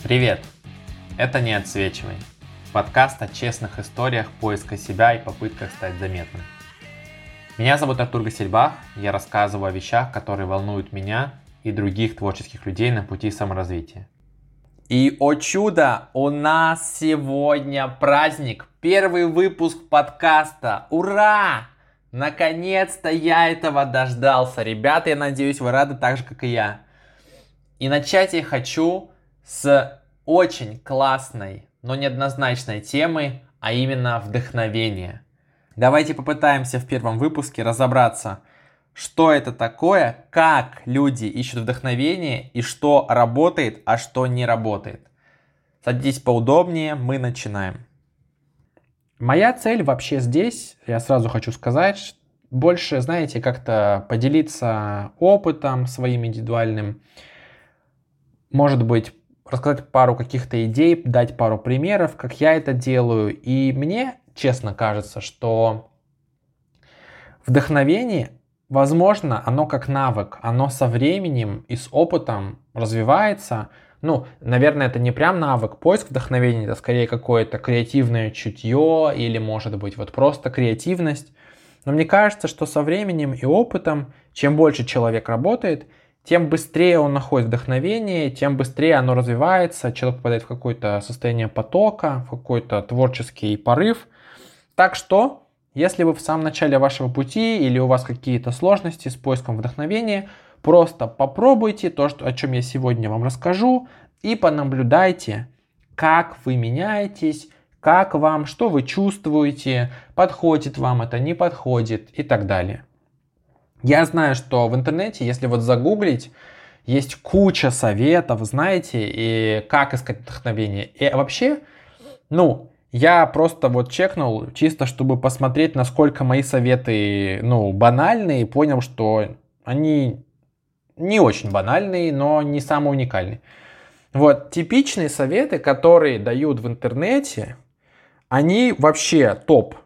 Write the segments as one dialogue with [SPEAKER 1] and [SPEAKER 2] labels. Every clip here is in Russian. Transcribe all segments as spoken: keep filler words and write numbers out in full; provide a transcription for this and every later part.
[SPEAKER 1] Привет! Это «Не отсвечивай» – подкаст о честных историях поиска себя и попытках стать заметным. Меня зовут Артур Гасельбах, я рассказываю о вещах, которые волнуют меня и других творческих людей на пути саморазвития. И, о чудо, у нас сегодня праздник, первый выпуск подкаста, ура! Наконец-то я этого дождался, ребята, я надеюсь, вы рады так же, как и я. И начать я хочу с очень классной, но неоднозначной темы, а именно вдохновение. Давайте попытаемся в первом выпуске разобраться, что это такое, как люди ищут вдохновение и что работает, а что не работает. Садитесь поудобнее, мы начинаем. Моя цель вообще здесь, я сразу хочу сказать, больше, знаете, как-то поделиться опытом своим индивидуальным, может быть, рассказать пару каких-то идей, дать пару примеров, как я это делаю. И мне, честно кажется, что вдохновение, возможно, оно как навык, оно со временем и с опытом развивается. Ну, наверное, это не прям навык, поиск вдохновения, это скорее какое-то креативное чутье или, может быть, вот просто креативность. Но мне кажется, что со временем и опытом, чем больше человек работает, тем быстрее он находит вдохновение, тем быстрее оно развивается, человек попадает в какое-то состояние потока, в какой-то творческий порыв. Так что, если вы в самом начале вашего пути или у вас какие-то сложности с поиском вдохновения, просто попробуйте то, что, о чем я сегодня вам расскажу, и понаблюдайте, как вы меняетесь, как вам, что вы чувствуете, подходит вам это, не подходит и так далее. Я знаю, что в интернете, если вот загуглить, есть куча советов, знаете, и как искать вдохновение. И вообще, ну, я просто вот чекнул, чисто чтобы посмотреть, насколько мои советы, ну, банальные, и понял, что они не очень банальные, но не самые уникальные. Вот, типичные советы, которые дают в интернете, они вообще топ.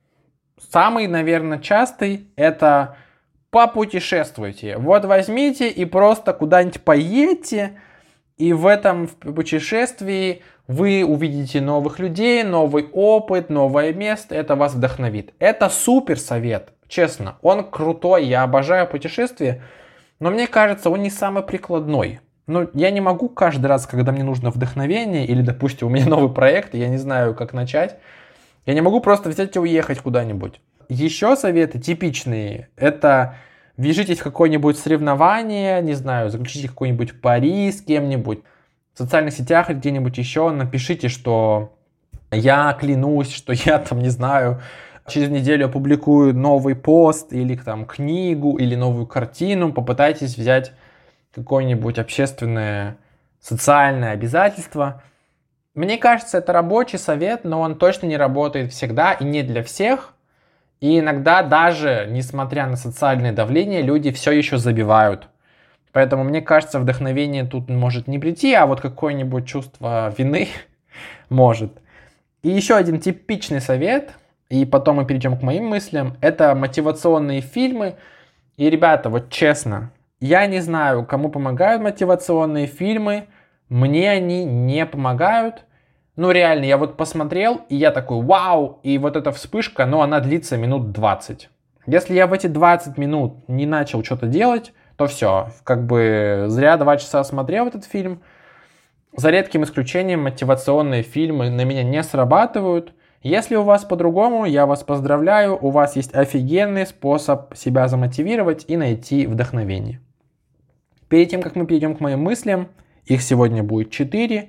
[SPEAKER 1] Самый, наверное, частый – это попутешествуйте. Вот возьмите и просто куда-нибудь поедьте, и в этом путешествии вы увидите новых людей, новый опыт, новое место, это вас вдохновит. Это супер совет, честно, он крутой, я обожаю путешествия, но мне кажется, он не самый прикладной. Ну, я не могу каждый раз, когда мне нужно вдохновение, или, допустим, у меня новый проект, и я не знаю, как начать, я не могу просто взять и уехать куда-нибудь. Еще советы типичные, это вяжитесь в какое-нибудь соревнование, не знаю, заключите какой-нибудь пари с кем-нибудь, в социальных сетях или где-нибудь еще, напишите, что я клянусь, что я там, не знаю, через неделю опубликую новый пост или там книгу или новую картину, попытайтесь взять какое-нибудь общественное социальное обязательство. Мне кажется, это рабочий совет, но он точно не работает всегда и не для всех. И иногда даже, несмотря на социальное давление, люди все еще забивают. Поэтому, мне кажется, вдохновение тут может не прийти, а вот какое-нибудь чувство вины может. И еще один типичный совет, и потом мы перейдем к моим мыслям, это мотивационные фильмы. И, ребята, вот честно, я не знаю, кому помогают мотивационные фильмы, мне они не помогают. Ну реально, я вот посмотрел, и я такой, вау, и вот эта вспышка, ну она длится минут двадцать. Если я в эти двадцать минут не начал что-то делать, то все, как бы зря два часа смотрел этот фильм. За редким исключением мотивационные фильмы на меня не срабатывают. Если у вас по-другому, я вас поздравляю, у вас есть офигенный способ себя замотивировать и найти вдохновение. Перед тем, как мы перейдем к моим мыслям, их сегодня будет четыре,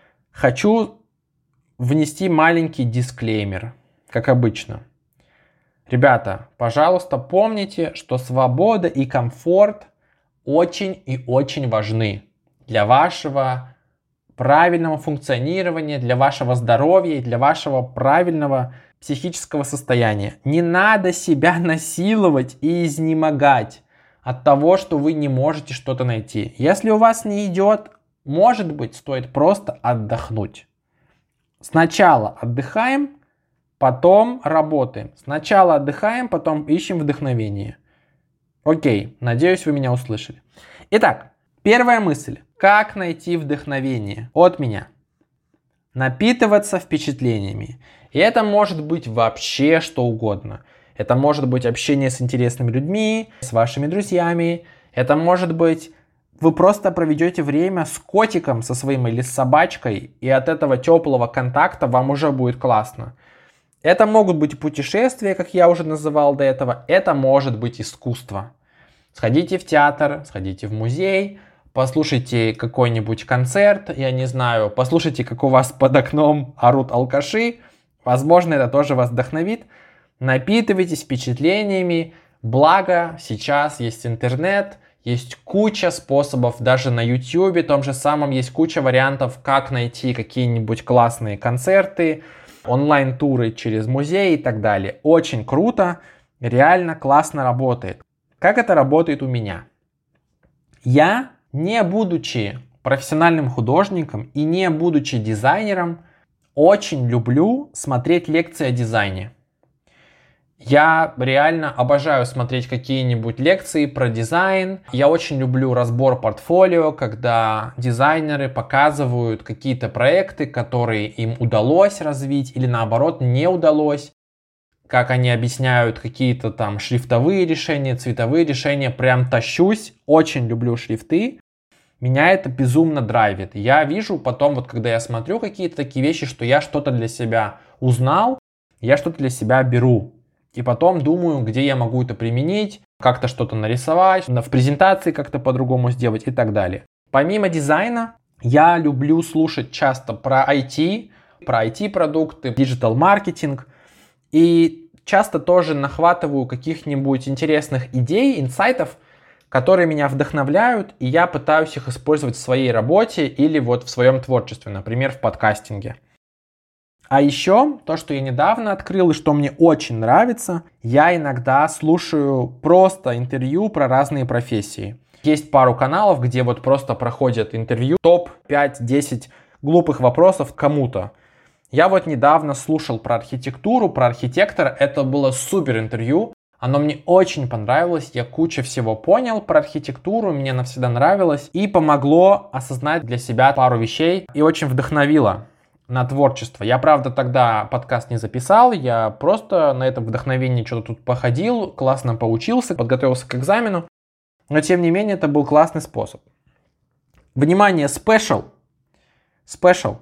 [SPEAKER 1] хочу внести маленький дисклеймер, как обычно. Ребята, пожалуйста, помните, что свобода и комфорт очень и очень важны для вашего правильного функционирования, для вашего здоровья и для вашего правильного психического состояния. Не надо себя насиловать и изнемогать от того, что вы не можете что-то найти. Если у вас не идет, может быть, стоит просто отдохнуть. Сначала отдыхаем, потом работаем. Сначала отдыхаем, потом ищем вдохновение. Окей, надеюсь, вы меня услышали. Итак, Первая мысль. Как найти вдохновение? От меня. Напитываться впечатлениями. И это может быть вообще что угодно. Это может быть общение с интересными людьми, с вашими друзьями. Это может быть вы просто проведете время с котиком со своим или с собачкой, и от этого теплого контакта вам уже будет классно. Это могут быть путешествия, как я уже называл до этого. Это может быть искусство. Сходите в театр, сходите в музей, послушайте какой-нибудь концерт, я не знаю, послушайте, как у вас под окном орут алкаши. Возможно, это тоже вас вдохновит. Напитывайтесь впечатлениями. Благо, сейчас есть интернет, есть куча способов, даже на ютубе, том же самом есть куча вариантов, как найти какие-нибудь классные концерты, онлайн-туры через музей и так далее. Очень круто, реально классно работает. Как это работает у меня? Я, не будучи профессиональным художником и не будучи дизайнером, очень люблю смотреть лекции о дизайне. Я реально обожаю смотреть какие-нибудь лекции про дизайн. Я очень люблю разбор портфолио, когда дизайнеры показывают какие-то проекты, которые им удалось развить или наоборот не удалось. Как они объясняют какие-то там шрифтовые решения, цветовые решения. Прям тащусь, очень люблю шрифты. Меня это безумно драйвит. Я вижу потом, вот когда я смотрю какие-то такие вещи, что я что-то для себя узнал, я что-то для себя беру. И потом думаю, где я могу это применить, как-то что-то нарисовать, в презентации как-то по-другому сделать и так далее. Помимо дизайна, я люблю слушать часто про ай ти, про ай ти-продукты, диджитал-маркетинг. И часто тоже нахватываю каких-нибудь интересных идей, инсайтов, которые меня вдохновляют, и я пытаюсь их использовать в своей работе или вот в своем творчестве, например, в подкастинге. А еще то, что я недавно открыл и что мне очень нравится, я иногда слушаю просто интервью про разные профессии. Есть пару каналов, где вот просто проходят интервью, топ пять-десять глупых вопросов кому-то. Я вот недавно слушал про архитектуру, про архитектора, это было супер интервью, оно мне очень понравилось, я кучу всего понял про архитектуру, мне она всегда нравилась и помогло осознать для себя пару вещей и очень вдохновило на творчество. Я, правда, тогда подкаст не записал, я просто на этом вдохновении что-то тут походил, классно поучился, подготовился к экзамену, но тем не менее это был классный способ. Внимание, спешл, спешл.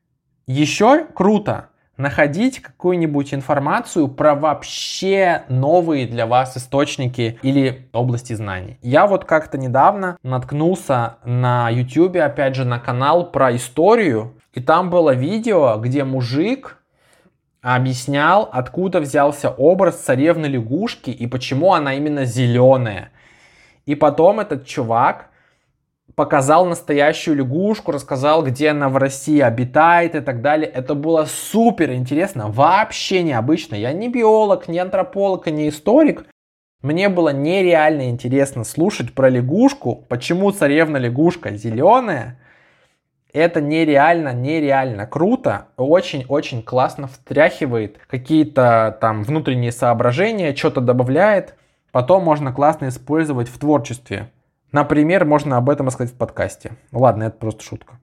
[SPEAKER 1] Еще круто находить какую-нибудь информацию про вообще новые для вас источники или области знаний. Я вот как-то недавно наткнулся на YouTube, опять же, на канал про историю, и там было видео, где мужик объяснял, откуда взялся образ царевны лягушки и почему она именно зеленая. И потом этот чувак показал настоящую лягушку, рассказал, где она в России обитает и так далее. Это было супер интересно, вообще необычно. Я не биолог, не антрополог, не историк. Мне было нереально интересно слушать про лягушку, почему царевна лягушка зеленая. Это нереально, нереально круто, очень-очень классно втряхивает какие-то там внутренние соображения, что-то добавляет. Потом можно классно использовать в творчестве. Например, можно об этом рассказать в подкасте. Ладно, это просто шутка.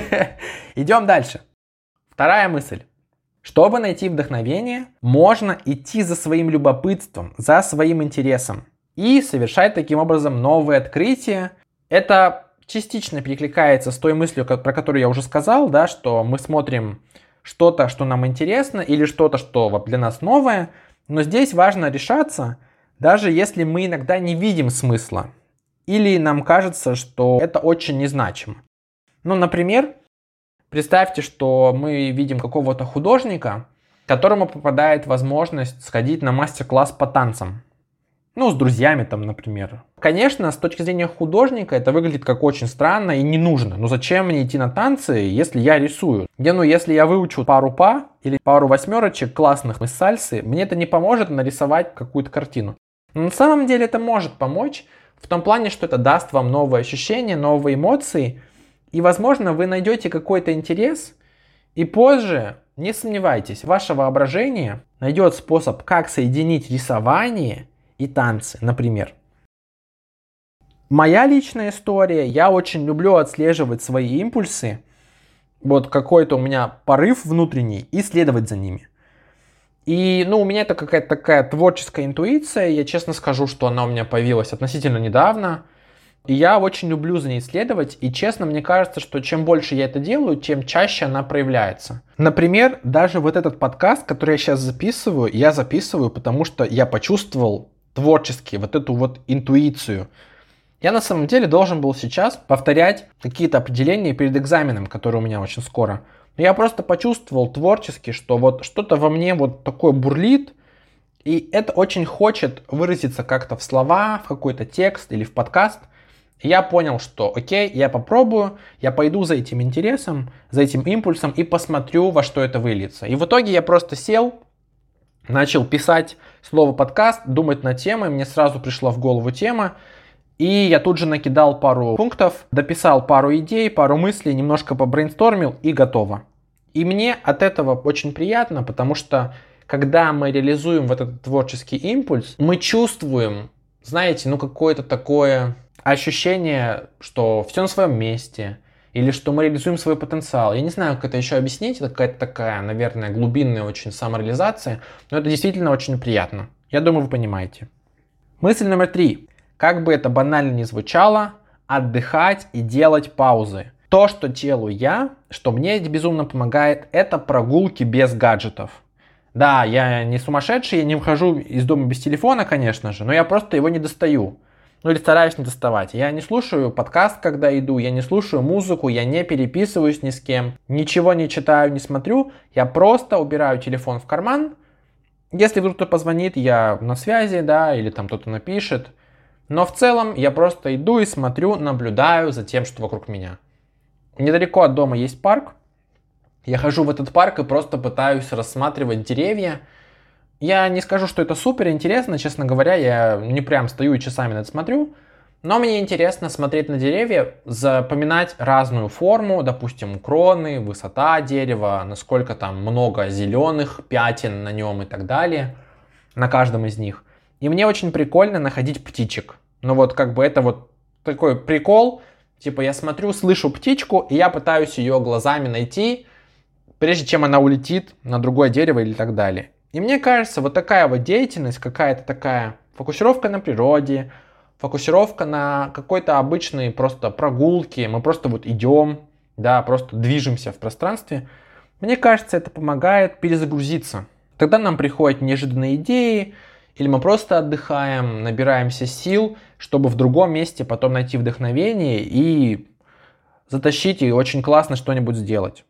[SPEAKER 1] Идем дальше. Вторая мысль. Чтобы найти вдохновение, можно идти за своим любопытством, за своим интересом и совершать таким образом новые открытия. Это частично перекликается с той мыслью, про которую я уже сказал, да, что мы смотрим что-то, что нам интересно, или что-то, что для нас новое, но здесь важно решаться, даже если мы иногда не видим смысла, или нам кажется, что это очень незначимо. Ну, например, представьте, что мы видим какого-то художника, которому попадает возможность сходить на мастер-класс по танцам. Ну, с друзьями там, например. Конечно, с точки зрения художника это выглядит как очень странно и не нужно. Ну зачем мне идти на танцы, если я рисую? Где, ну, если я выучу пару па или пару восьмерочек классных из сальсы, мне это не поможет нарисовать какую-то картину. Но на самом деле это может помочь в том плане, что это даст вам новые ощущения, новые эмоции. И, возможно, вы найдете какой-то интерес. И позже, не сомневайтесь, ваше воображение найдет способ, как соединить рисование и танцы, например. Моя личная история, я очень люблю отслеживать свои импульсы, вот какой-то у меня порыв внутренний, и следовать за ними. И, ну, у меня это какая-то такая творческая интуиция, я честно скажу, что она у меня появилась относительно недавно, и я очень люблю за ней следовать, и честно, мне кажется, что чем больше я это делаю, тем чаще она проявляется. Например, даже вот этот подкаст, который я сейчас записываю, я записываю, потому что я почувствовал творчески вот эту вот интуицию. Я на самом деле должен был сейчас повторять какие-то определения перед экзаменом, который у меня очень скоро. Но я просто почувствовал творчески, что вот что-то во мне вот такое бурлит, и это очень хочет выразиться как-то в слова, в какой-то текст или в подкаст. И я понял, что окей, я попробую, я пойду за этим интересом, за этим импульсом и посмотрю, во что это выльется. И в итоге я просто сел, начал писать слово подкаст, думать над темой, мне сразу пришла в голову тема, и я тут же накидал пару пунктов, дописал пару идей, пару мыслей, немножко побрейнстормил и готово. И мне от этого очень приятно, потому что когда мы реализуем вот этот творческий импульс, мы чувствуем, знаете, ну какое-то такое ощущение, что все на своем месте, или что мы реализуем свой потенциал. Я не знаю, как это еще объяснить, это какая-то такая, наверное, глубинная очень самореализация, но это действительно очень приятно. Я думаю, вы понимаете. Мысль номер три. Как бы это банально ни звучало, отдыхать и делать паузы. То, что делаю я, что мне безумно помогает, это прогулки без гаджетов. Да, я не сумасшедший, я не выхожу из дома без телефона, конечно же, но я просто его не достаю. Ну или стараюсь не доставать. Я не слушаю подкаст, когда иду, я не слушаю музыку, я не переписываюсь ни с кем, ничего не читаю, не смотрю. Я просто убираю телефон в карман. Если вдруг кто-то позвонит, я на связи, да, или там кто-то напишет. Но в целом я просто иду и смотрю, наблюдаю за тем, что вокруг меня. Недалеко от дома есть парк. Я хожу в этот парк и просто пытаюсь рассматривать деревья. Я не скажу, что это супер интересно, честно говоря, я не прям стою и часами на это смотрю, но мне интересно смотреть на деревья, запоминать разную форму, допустим, кроны, высота дерева, насколько там много зеленых пятен на нем и так далее, на каждом из них. И мне очень прикольно находить птичек. Ну вот как бы это вот такой прикол, типа я смотрю, слышу птичку, и я пытаюсь ее глазами найти, прежде чем она улетит на другое дерево или так далее. И мне кажется, вот такая вот деятельность, какая-то такая фокусировка на природе, фокусировка на какой-то обычной просто прогулке, мы просто вот идем, да, просто движемся в пространстве, мне кажется, это помогает перезагрузиться. Тогда нам приходят неожиданные идеи, или мы просто отдыхаем, набираемся сил, чтобы в другом месте потом найти вдохновение и затащить и очень классно что-нибудь сделать.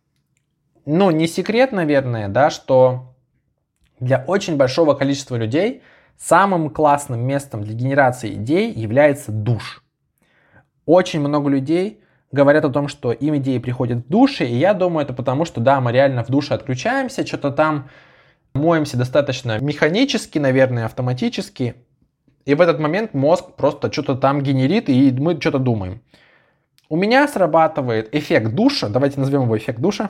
[SPEAKER 1] Ну, не секрет, наверное, да, что для очень большого количества людей самым классным местом для генерации идей является душ. Очень много людей говорят о том, что им идеи приходят в душе, и я думаю, это потому, что да, мы реально в душе отключаемся, что-то там моемся достаточно механически, наверное, автоматически, и в этот момент мозг просто что-то там генерит, и мы что-то думаем. У меня срабатывает эффект душа, давайте назовем его эффект душа.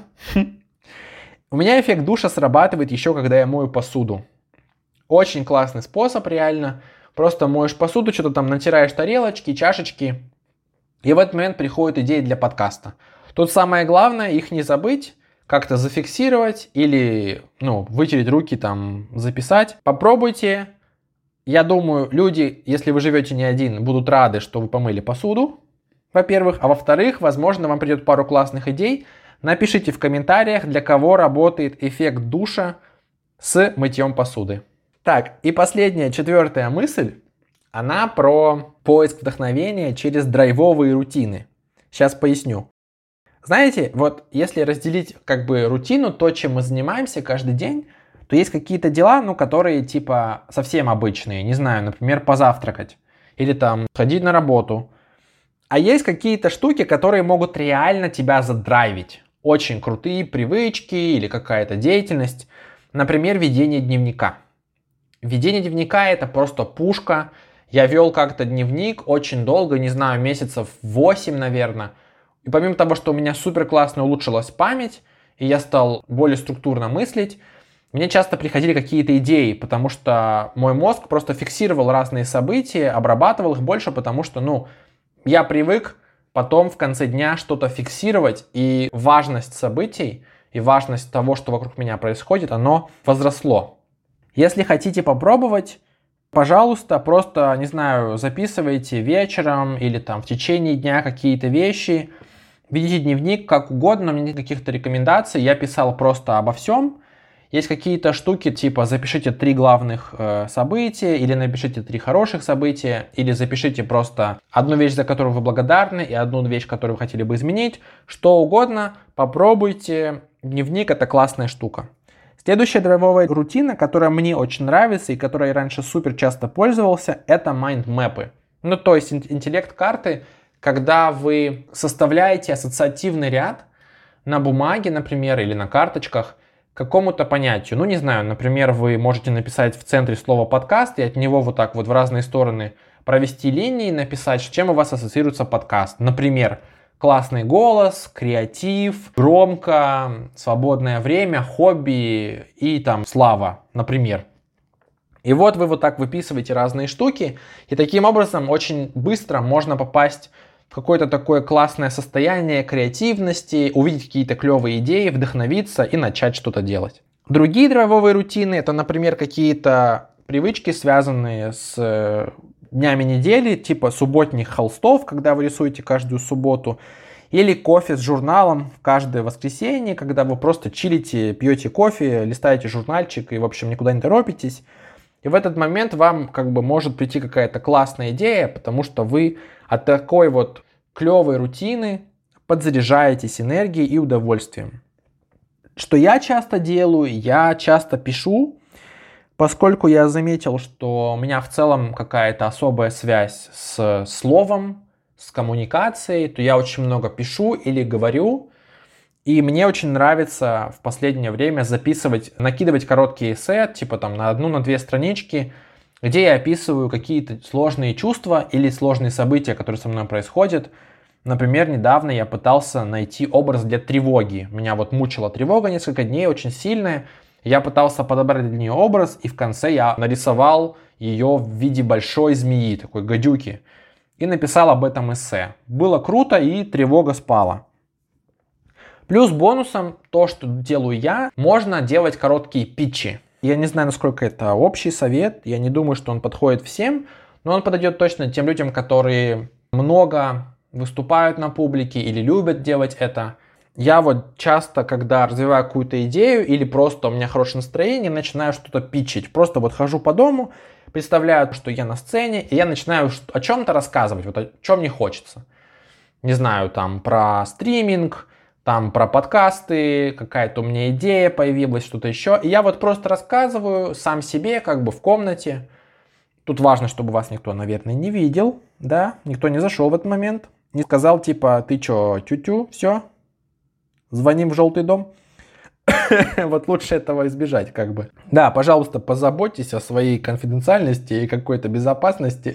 [SPEAKER 1] У меня эффект душа срабатывает еще, когда я мою посуду. Очень классный способ, реально. Просто моешь посуду, что-то там натираешь тарелочки, чашечки. И в этот момент приходят идеи для подкаста. Тут самое главное их не забыть, как-то зафиксировать или ну, вытереть руки, там, записать. Попробуйте. Я думаю, люди, если вы живете не один, будут рады, что вы помыли посуду, во-первых. А во-вторых, возможно, вам придет пару классных идей. Напишите в комментариях, для кого работает эффект душа с мытьем посуды. Так, и последняя, четвертая мысль, она про поиск вдохновения через драйвовые рутины. Сейчас поясню. Знаете, вот если разделить как бы рутину, то, чем мы занимаемся каждый день, то есть какие-то дела, ну, которые типа совсем обычные, не знаю, например, позавтракать или там ходить на работу. А есть какие-то штуки, которые могут реально тебя задрайвить. Очень крутые привычки или какая-то деятельность. Например, ведение дневника. Ведение дневника это просто пушка. Я вел как-то дневник очень долго, не знаю, месяцев восемь, наверное. И помимо того, что у меня супер классно улучшилась память, и я стал более структурно мыслить, мне часто приходили какие-то идеи, потому что мой мозг просто фиксировал разные события, обрабатывал их больше, потому что, ну, я привык потом в конце дня что-то фиксировать, и важность событий, и важность того, что вокруг меня происходит, оно возросло. Если хотите попробовать, пожалуйста, просто, не знаю, записывайте вечером или там в течение дня какие-то вещи, ведите дневник как угодно, у меня нет каких-то рекомендаций, я писал просто обо всем. Есть какие-то штуки, типа запишите три главных э, события, или напишите три хороших события, или запишите просто одну вещь, за которую вы благодарны, и одну вещь, которую вы хотели бы изменить. Что угодно, попробуйте. Дневник — это классная штука. Следующая драйвовая рутина, которая мне очень нравится и которой я раньше супер часто пользовался, это майндмэпы. Ну, то есть интеллект-карты, когда вы составляете ассоциативный ряд на бумаге, например, или на карточках, какому-то понятию. Ну, не знаю, например, вы можете написать в центре слово подкаст и от него вот так вот в разные стороны провести линии, написать, с чем у вас ассоциируется подкаст. Например, классный голос, креатив, громко, свободное время, хобби и там слава, например. И вот вы вот так выписываете разные штуки, и таким образом очень быстро можно попасть в какое-то такое классное состояние креативности, увидеть какие-то клевые идеи, вдохновиться и начать что-то делать. Другие драйвовые рутины — это, например, какие-то привычки, связанные с днями недели, типа субботних холстов, когда вы рисуете каждую субботу, или кофе с журналом в каждое воскресенье, когда вы просто чилите, пьете кофе, листаете журнальчик и, в общем, никуда не торопитесь. И в этот момент вам как бы может прийти какая-то классная идея, потому что вы от такой вот клевой рутины подзаряжаетесь энергией и удовольствием. Что я часто делаю? Я часто пишу, поскольку я заметил, что у меня в целом какая-то особая связь с словом, с коммуникацией, то я очень много пишу или говорю. И мне очень нравится в последнее время записывать, накидывать короткие эссе, типа там на одну, на две странички, где я описываю какие-то сложные чувства или сложные события, которые со мной происходят. Например, недавно я пытался найти образ для тревоги. Меня вот мучила тревога несколько дней, очень сильная. Я пытался подобрать для нее образ, и в конце я нарисовал ее в виде большой змеи, такой гадюки, и написал об этом эссе. Было круто, и тревога спала. Плюс бонусом то, что делаю я, можно делать короткие питчи. Я не знаю, насколько это общий совет, я не думаю, что он подходит всем, но он подойдет точно тем людям, которые много выступают на публике или любят делать это. Я вот часто, когда развиваю какую-то идею или просто у меня хорошее настроение, начинаю что-то питчить. Просто вот хожу по дому, представляю, что я на сцене, и я начинаю о чем-то рассказывать, вот о чем мне хочется. Не знаю, там про стриминг, там про подкасты, какая-то у меня идея появилась, что-то еще. И я вот просто рассказываю сам себе, как бы в комнате. Тут важно, чтобы вас никто, наверное, не видел, да, никто не зашел в этот момент, не сказал типа, ты чё, тю-тю, все, звоним в желтый дом. Вот лучше этого избежать, как бы. Да, пожалуйста, позаботьтесь о своей конфиденциальности и какой-то безопасности,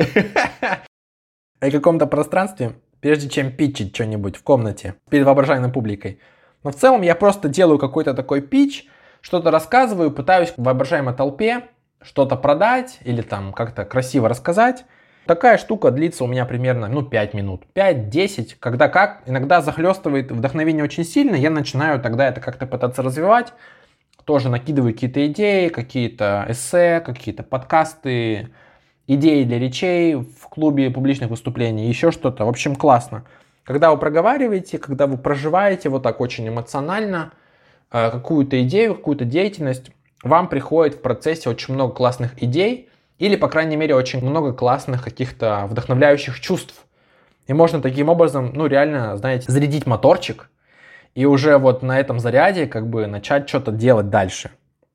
[SPEAKER 1] о каком-то пространстве, прежде чем питчить что-нибудь в комнате перед воображаемой публикой. Но в целом я просто делаю какой-то такой питч, что-то рассказываю, пытаюсь в воображаемой толпе что-то продать или там как-то красиво рассказать. Такая штука длится у меня примерно ну, пять минут, пять-десять, когда как. Иногда захлестывает вдохновение очень сильно, я начинаю тогда это как-то пытаться развивать. Тоже накидываю какие-то идеи, какие-то эссе, какие-то подкасты, идеи для речей в клубе публичных выступлений, еще что-то. В общем, классно. Когда вы проговариваете, когда вы проживаете вот так очень эмоционально э, какую-то идею, какую-то деятельность, вам приходит в процессе очень много классных идей или, по крайней мере, очень много классных каких-то вдохновляющих чувств. И можно таким образом, ну, реально, знаете, зарядить моторчик и уже вот на этом заряде как бы начать что-то делать дальше.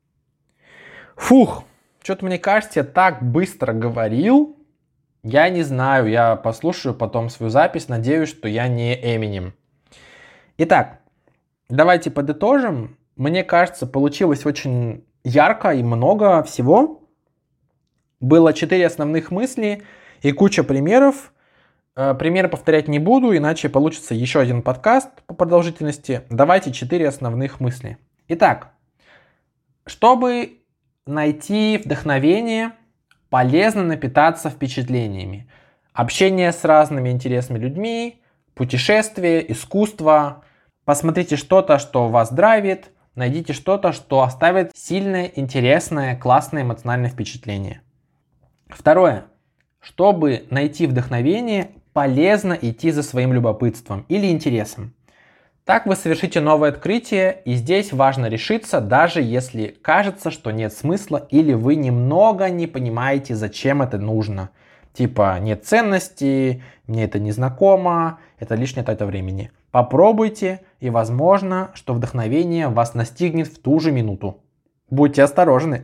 [SPEAKER 1] Фух! Что-то мне кажется, я так быстро говорил. Я не знаю, я послушаю потом свою запись. Надеюсь, что я не Эминем. Итак, давайте подытожим. Мне кажется, получилось очень ярко и много всего. Было четыре основных мысли и куча примеров. Примеры повторять не буду, иначе получится еще один подкаст по продолжительности. Давайте четыре основных мысли. Итак, Чтобы найти вдохновение, полезно напитаться впечатлениями. Общение с разными интересными людьми, путешествия, искусство. Посмотрите что-то, что вас драйвит. Найдите что-то, что оставит сильное, интересное, классное эмоциональное впечатление. Второе. Чтобы найти вдохновение, полезно идти за своим любопытством или интересом. Так вы совершите новое открытие, и здесь важно решиться, даже если кажется, что нет смысла или вы немного не понимаете, зачем это нужно. Типа нет ценности, мне это не знакомо, это лишняя трата времени. Попробуйте, и возможно, что вдохновение вас настигнет в ту же минуту. Будьте осторожны.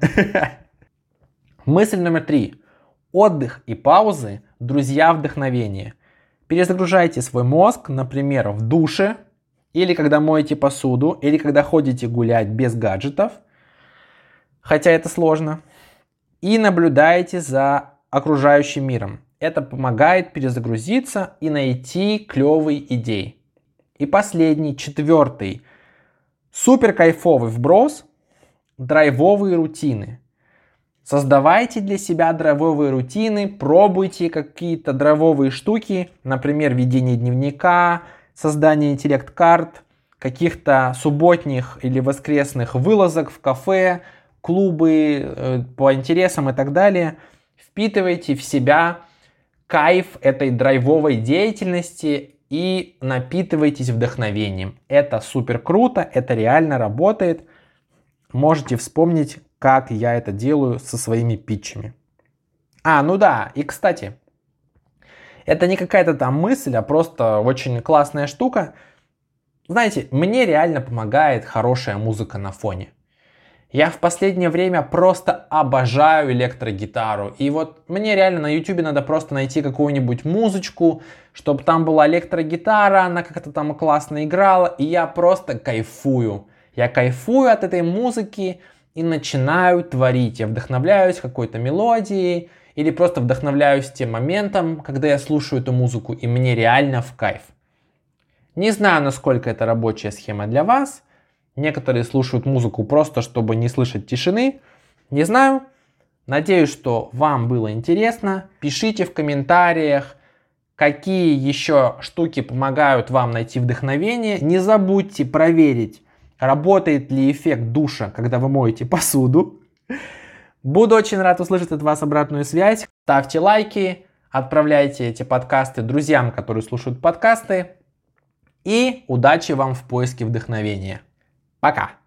[SPEAKER 1] Мысль номер три. Отдых и паузы – друзья вдохновения. Перезагружайте свой мозг, например, в душе, или когда моете посуду, или когда ходите гулять без гаджетов, хотя это сложно, и наблюдайте за окружающим миром. Это помогает перезагрузиться и найти клевые идеи. И последний, четвертый, супер кайфовый вброс – драйвовые рутины. Создавайте для себя драйвовые рутины, пробуйте какие-то драйвовые штуки, например, ведение дневника, создание интеллект-карт, каких-то субботних или воскресных вылазок в кафе, клубы э, по интересам и так далее. Впитывайте в себя кайф этой драйвовой деятельности и напитывайтесь вдохновением. Это супер круто, это реально работает. Можете вспомнить, как я это делаю со своими питчами. А, ну да, и кстати, это не какая-то там мысль, а просто очень классная штука. Знаете, мне реально помогает хорошая музыка на фоне. Я в последнее время просто обожаю электрогитару. И вот мне реально на ютубе надо просто найти какую-нибудь музычку, чтобы там была электрогитара, она как-то там классно играла, и я просто кайфую. Я кайфую от этой музыки и начинаю творить. Я вдохновляюсь какой-то мелодией или просто вдохновляюсь тем моментом, когда я слушаю эту музыку, и мне реально в кайф. Не знаю, насколько это рабочая схема для вас. Некоторые слушают музыку просто, чтобы не слышать тишины. Не знаю. Надеюсь, что вам было интересно. Пишите в комментариях, какие еще штуки помогают вам найти вдохновение. Не забудьте проверить, работает ли эффект душа, когда вы моете посуду. Буду очень рад услышать от вас обратную связь. Ставьте лайки, отправляйте эти подкасты друзьям, которые слушают подкасты. И удачи вам в поиске вдохновения. Пока!